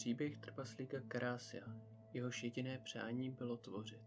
příběh trpaslíka Karásia, jehož jediné přání bylo tvořit.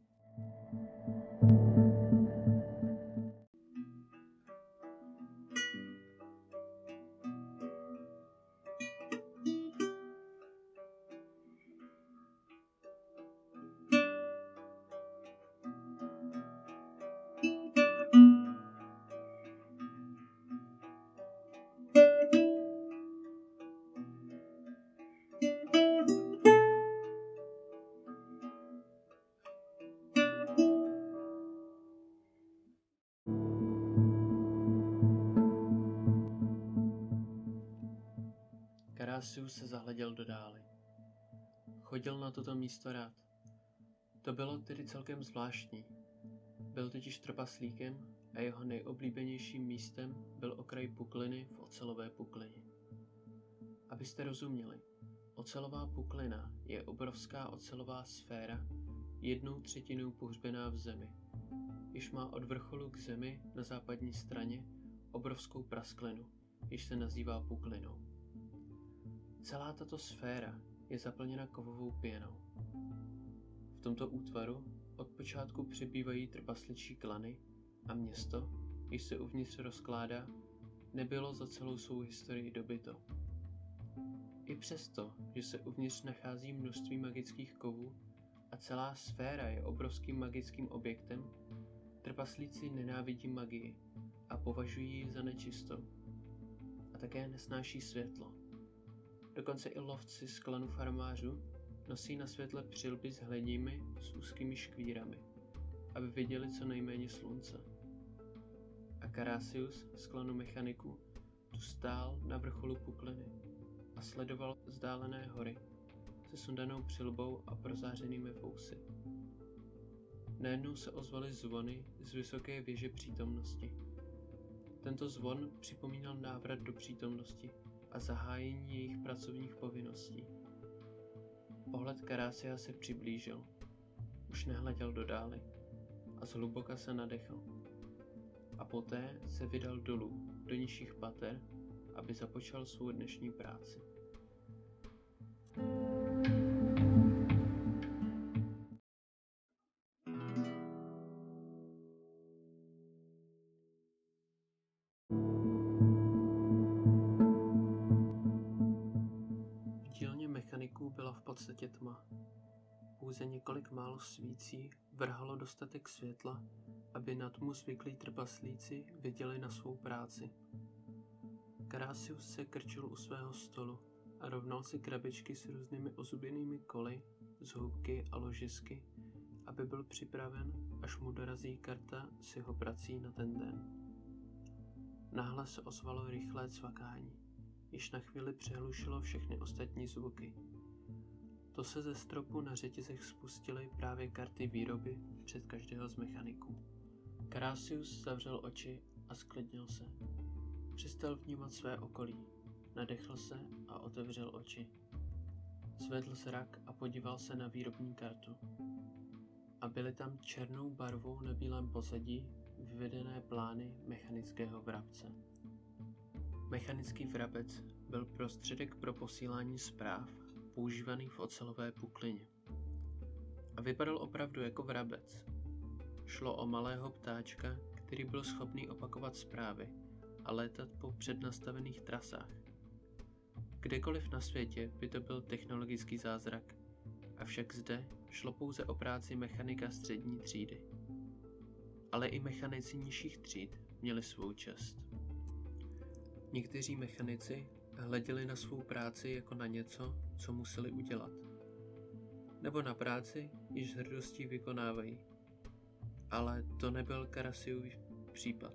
Karásius se zahleděl do dály. Chodil na toto místo rád. To bylo tedy celkem zvláštní. Byl totiž trpaslíkem a jeho nejoblíbenějším místem byl okraj pukliny v ocelové puklině. Abyste rozuměli, ocelová puklina je obrovská ocelová sféra, 1/3 pohřbená v zemi, jež má od vrcholu k zemi na západní straně obrovskou prasklinu, jež se nazývá puklinou. Celá tato sféra je zaplněna kovovou pěnou. V tomto útvaru od počátku přebývají trpasličí klany a město, jež se uvnitř rozkládá, nebylo za celou svou historii dobyto. I přesto, že se uvnitř nachází množství magických kovů a celá sféra je obrovským magickým objektem, trpaslíci nenávidí magii a považují ji za nečistou. A také nesnáší světlo. Dokonce i lovci z klanu farmářů nosí na světle přilby s hleními s úzkými škvírami, aby viděli co nejméně slunce. A Karásius z klanu mechaniků tu stál na vrcholu pukliny a sledoval vzdálené hory se sundanou přilbou a prozářenými vousy. Najednou se ozvaly zvony z vysoké věže přítomnosti. Tento zvon připomínal návrat do přítomnosti a zahájení jejich pracovních povinností. Pohled Karásia se přiblížil. Už nehleděl do dály a zhluboka se nadechl. A poté se vydal dolů, do nižších pater, aby započal svou dnešní práci. V dílně mechaniků byla v podstatě tma. Pouze několik málo svící vrhalo dostatek světla, aby na tmu zvyklí trpaslíci viděli na svou práci. Karásius se krčil u svého stolu a rovnal si krabičky s různými ozuběnými koly, zhubky a ložisky, aby byl připraven, až mu dorazí karta s jeho prací na ten den. Náhle se ozvalo rychlé cvakání, již na chvíli přehlušilo všechny ostatní zvuky. To se ze stropu na řetězech spustily právě karty výroby před každého z mechaniků. Karásius zavřel oči a zklidnil se. Přestal vnímat své okolí, nadechl se a otevřel oči. Zvedl zrak a podíval se na výrobní kartu. A byly tam černou barvou na bílém pozadí vyvedené plány mechanického vrabce. Mechanický vrabec byl prostředek pro posílání zpráv, používaný v ocelové puklině. A vypadal opravdu jako vrabec. Šlo o malého ptáčka, který byl schopný opakovat zprávy a létat po přednastavených trasách. Kdekoliv na světě by to byl technologický zázrak, avšak zde šlo pouze o práci mechanika střední třídy. Ale i mechanici nižších tříd měli svou čest. Někteří mechanici hleděli na svou práci jako na něco, co museli udělat. Nebo na práci, již s hrdostí vykonávají. Ale to nebyl Karásiův případ.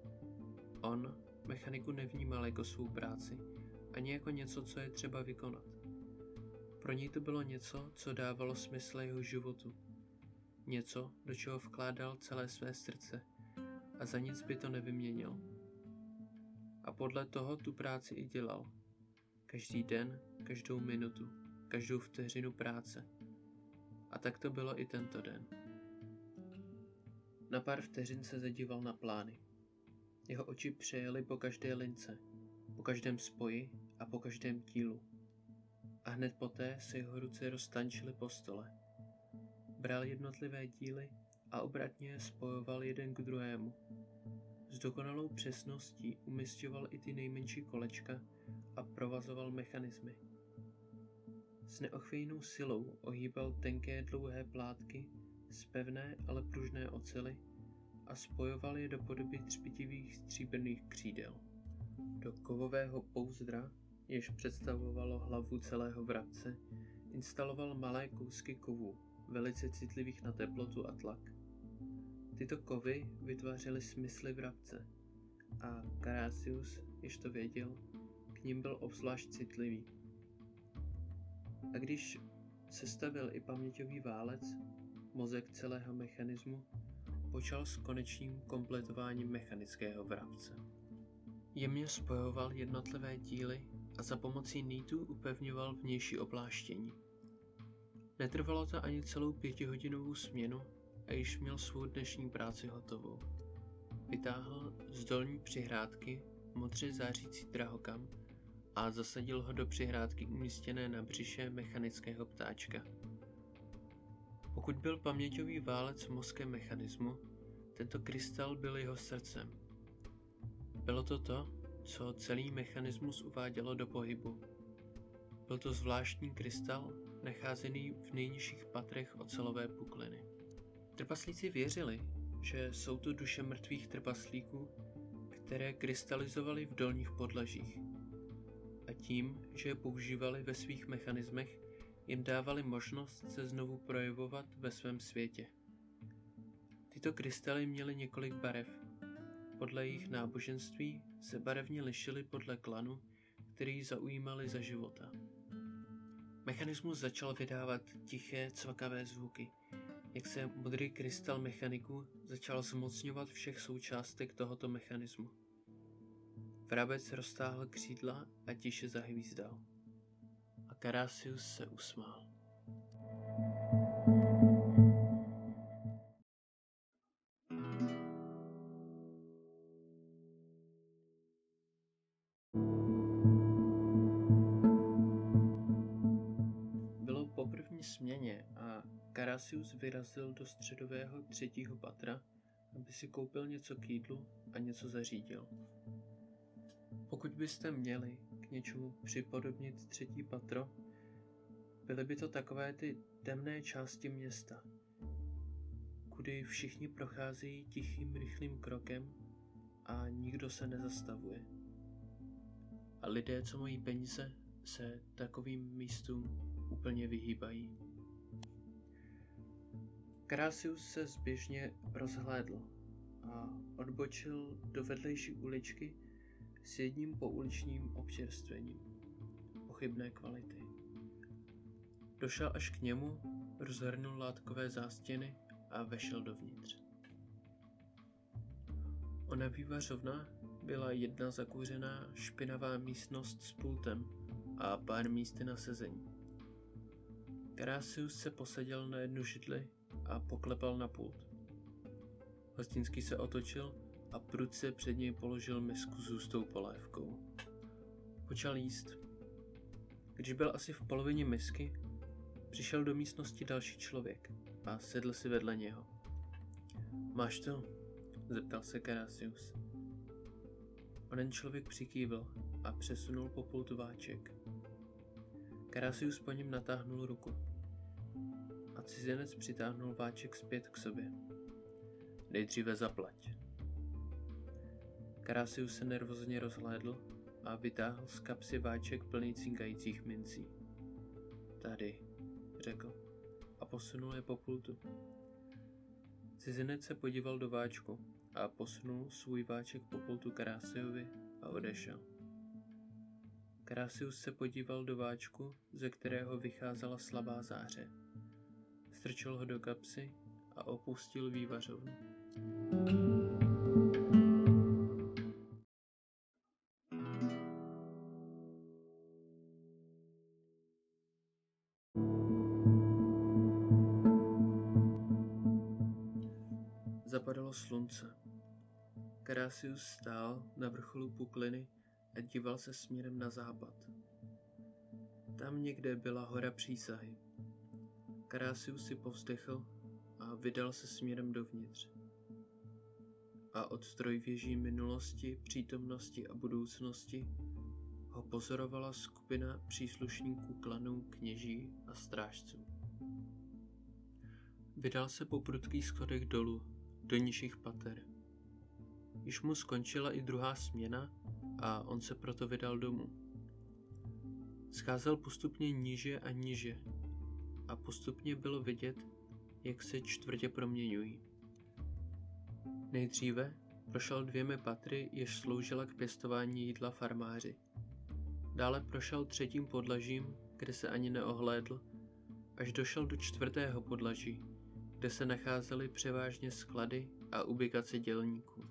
On mechaniku nevnímal jako svou práci, ani jako něco, co je třeba vykonat. Pro něj to bylo něco, co dávalo smysl jeho životu. Něco, do čeho vkládal celé své srdce a za nic by to nevyměnil. A podle toho tu práci i dělal. Každý den, každou minutu, každou vteřinu práce. A tak to bylo i tento den. Na pár vteřin se zadíval na plány. Jeho oči přejely po každé lince, po každém spoji a po každém dílu. a hned poté se jeho ruce roztančily po stole. Bral jednotlivé díly a obratně je spojoval jeden k druhému. S dokonalou přesností umisťoval i ty nejmenší kolečka a provazoval mechanismy. S neochvějnou silou ohýbal tenké dlouhé plátky z pevné, ale pružné oceli a spojoval je do podoby třpitivých stříbrných křídel. Do kovového pouzdra, jež představovalo hlavu celého vrabce, instaloval malé kousky kovů, velice citlivých na teplotu a tlak. Tyto kovy vytvářely smysly vrabce a Carasius, jež to věděl, k nim byl obzvlášť citlivý. A když sestavil i paměťový válec, mozek celého mechanismu, počal s konečným kompletováním mechanického vrabce. Jemně spojoval jednotlivé díly a za pomocí nýtů upevňoval vnější opláštění. Netrvalo to ani celou 5hodinovou směnu a již měl svou dnešní práci hotovou. Vytáhl z dolní přihrádky modře zářící drahokam a zasadil ho do přihrádky umístěné na břiše mechanického ptáčka. Pokud byl paměťový válec mozkem mechanismu, tento krystal byl jeho srdcem. Bylo to to, co celý mechanismus uvádělo do pohybu. Byl to zvláštní krystal, nacházený v nejnižších patrech ocelové pukliny. Trpaslíci věřili, že jsou to duše mrtvých trpaslíků, které krystalizovaly v dolních podlažích. A tím, že je používali ve svých mechanismech, jim dávali možnost se znovu projevovat ve svém světě. Tyto krystaly měly několik barev. Podle jejich náboženství se barevně lišily podle klanu, který zaujímali za života. Mechanismus začal vydávat tiché, cvakavé zvuky, jak se modrý krystal mechaniku začal zmocňovat všech součástek tohoto mechanismu. Vrabec roztáhl křídla a tiše zahvízdal. A Carasius se usmál. Bylo po první směně a Carasius vyrazil do středového 3. patra, aby si koupil něco k jídlu a něco zařídil. Pokud byste měli k něčemu připodobnit 3. patro, byly by to takové ty temné části města, kudy všichni procházejí tichým, rychlým krokem a nikdo se nezastavuje. A lidé, co mají peníze, se takovým místům úplně vyhýbají. Carasius se zběžně rozhlédl a odbočil do vedlejší uličky s jedním pouličním občerstvením pochybné kvality. Došel až k němu, rozhrnul látkové zástěny a vešel dovnitř. Ona vývařovna byla jedna zakouřená, špinavá místnost s pultem a pár místy na sezení. Carasius se posadil na jednu židli a poklepal na pult. Hostinský se otočil a prudce před něj položil misku s hustou polévkou. Počal jíst. Když byl asi v polovině misky, přišel do místnosti další člověk a sedl si vedle něho. Máš to? Zeptal se Carasius. Onen člověk přikývl a přesunul po pultu váček. Carasius po něm natáhnul ruku a cizinec přitáhnul váček zpět k sobě. Nejdříve zaplať. Carasius se nervózně rozhlédl a vytáhl z kapsy váček plný cinkajících mincí. Tady, řekl a posunul je po pultu. Cizinec se podíval do váčku a posunul svůj váček po pultu Carasiovi a odešel. Carasius se podíval do váčku, ze kterého vycházela slabá záře. Strčil ho do kapsy a opustil vývařovnu. Zapadalo slunce. Carasius stál na vrcholu pukliny a díval se směrem na západ. Tam někde byla hora přísahy. Carásius si povzdechl a vydal se směrem dovnitř. A od trojvěží minulosti, přítomnosti a budoucnosti ho pozorovala skupina příslušníků klanů, kněží a strážců. Vydal se po prudkých schodech dolů, do nižších pater. Již mu skončila i druhá směna a on se proto vydal domů. Scházel postupně níže a níže a postupně bylo vidět, jak se čtvrtě proměňují. Nejdříve prošel 2 patry, jež sloužila k pěstování jídla farmáři. Dále prošel 3. podlažím, kde se ani neohlédl, až došel do 4. podlaží, kde se nacházely převážně sklady a ubikace dělníků.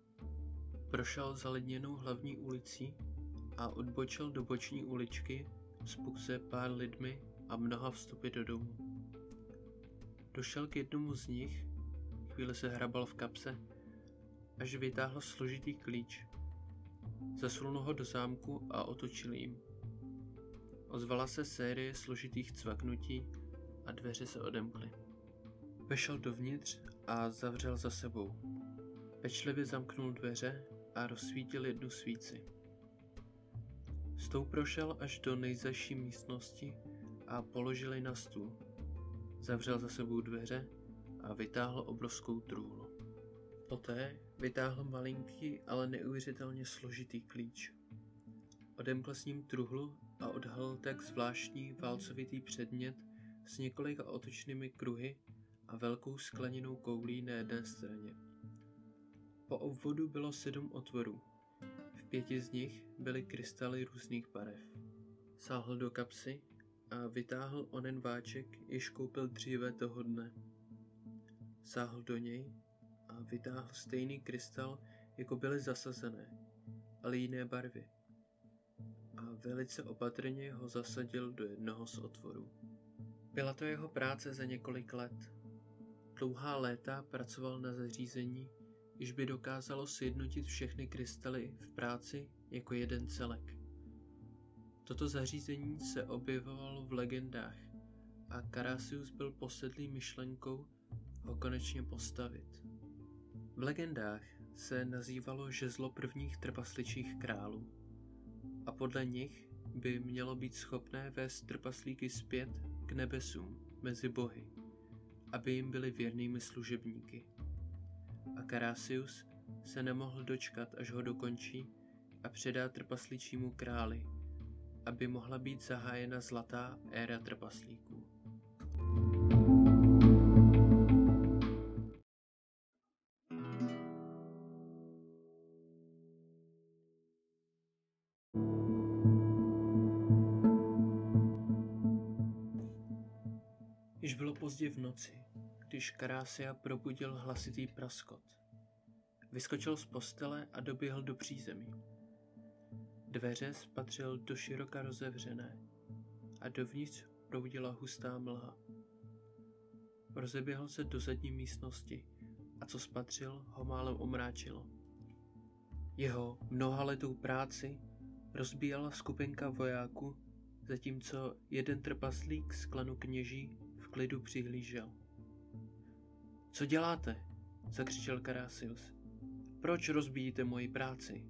Prošel zaledněnou hlavní ulicí a odbočil do boční uličky s pouze pár lidmi a mnoha vstupy do domu. Došel k jednomu z nich, chvíli se hrabal v kapse, až vytáhl složitý klíč. Zasunul ho do zámku a otočil jim. Ozvala se série složitých cvaknutí a dveře se odemkly. Vešel dovnitř a zavřel za sebou. Pečlivě zamknul dveře a rozsvítil 1 svíci. S tou prošel až do nejzazší místnosti a položil ji na stůl. Zavřel za sebou dveře a vytáhl obrovskou trůhlu. Poté vytáhl malinký, ale neuvěřitelně složitý klíč. Odemkl s ním truhlu a odhalil tak zvláštní válcovitý předmět s několika otočnými kruhy a velkou skleněnou koulí na jedné straně. Po obvodu bylo 7 otvorů. V 5 z nich byly krystaly různých barev. Sáhl do kapsy a vytáhl onen váček, jež koupil dříve toho dne. Sáhl do něj a vytáhl stejný krystal, jako byly zasazené, ale jiné barvy. A velice opatrně ho zasadil do jednoho z otvorů. Byla to jeho práce za několik let. Dlouhá léta pracoval na zařízení, jež by dokázalo sjednotit všechny krystaly v práci jako jeden celek. Toto zařízení se objevovalo v legendách a Carásius byl posedlý myšlenkou ho konečně postavit. V legendách se nazývalo žezlo prvních trpasličích králů a podle nich by mělo být schopné vést trpaslíky zpět k nebesům mezi bohy, aby jim byli věrnými služebníky. A Carásius se nemohl dočkat, až ho dokončí a předá trpasličímu králi, aby mohla být zahájena zlatá éra trpaslíků. Již bylo pozdě v noci, když Carásia probudil hlasitý praskot. Vyskočil z postele a doběhl do přízemí. Dveře spatřil doširoka rozevřené a dovnitř proudila hustá mlha. Rozeběhl se do zadní místnosti a co spatřil, ho málem omráčilo. Jeho mnohaletou práci rozbíjela skupinka vojáků, zatímco jeden trpaslík z klanu kněží v klidu přihlížel. Co děláte? Zakřičel Carásius. Proč rozbíjíte moji práci?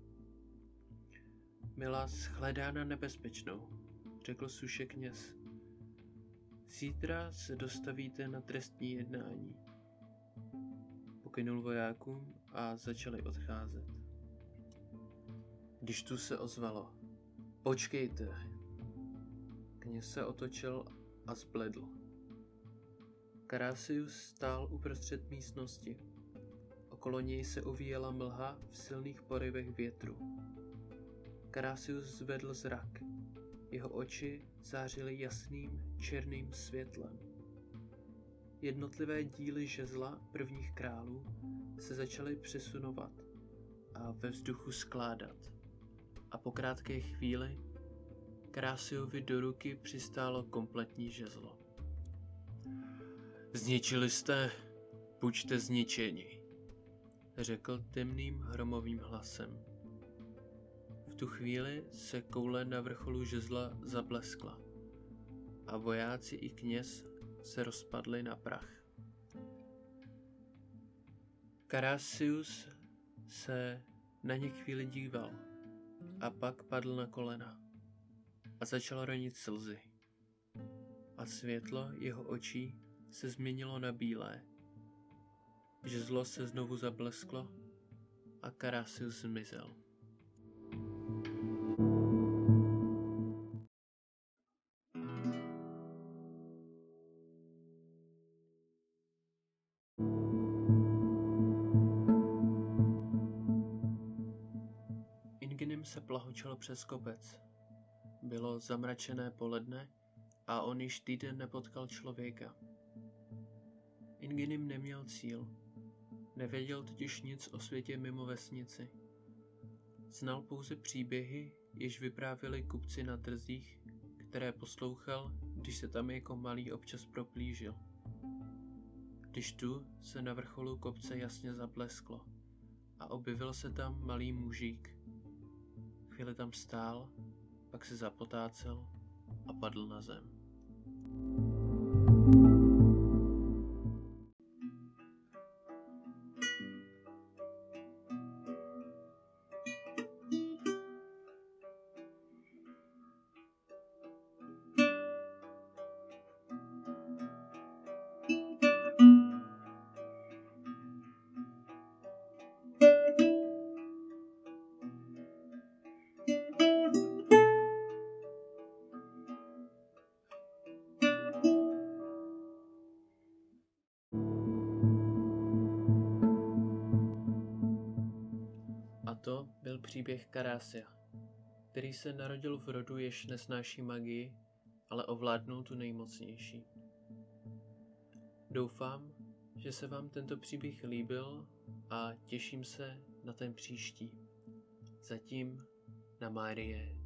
Byla shledána nebezpečnou, řekl suše kněz. Zítra se dostavíte na trestní jednání. Pokynul vojákům a začali odcházet. Když tu se ozvalo, počkejte. Kněz se otočil a zbledl. Carásius stál uprostřed místnosti. Okolo něj se ovíjela mlha v silných porivech větru. Carásius zvedl zrak. Jeho oči zářily jasným černým světlem. Jednotlivé díly žezla prvních králů se začaly přesunovat a ve vzduchu skládat. A po krátké chvíli Carásiovi do ruky přistálo kompletní žezlo. Zničili jste, buďte zničeni, řekl temným hromovým hlasem. V tu chvíli se koule na vrcholu žezla zableskla a vojáci i kněz se rozpadli na prach. Carausius se na ně chvíli díval a pak padl na kolena a začal ronit slzy. A světlo jeho očí se změnilo na bílé, že zlo se znovu zablesklo a Carausius zmizel. Inginem se plahočil přes kopec. Bylo zamračené poledne a on již týden nepotkal člověka. Inginem neměl cíl. Nevěděl totiž nic o světě mimo vesnici. Znal pouze příběhy, jež vyprávěli kupci na trzích, které poslouchal, když se tam jako malý občas proplížil. Když tu se na vrcholu kopce jasně zablesklo a objevil se tam malý mužík. Chvíli tam stál, pak se zapotácel a padl na zem. A to byl příběh Carausia, který se narodil v rodu, jež nesnáší magii, ale ovládnul tu nejmocnější. Doufám, že se vám tento příběh líbil a těším se na ten příští. Zatím na Márie.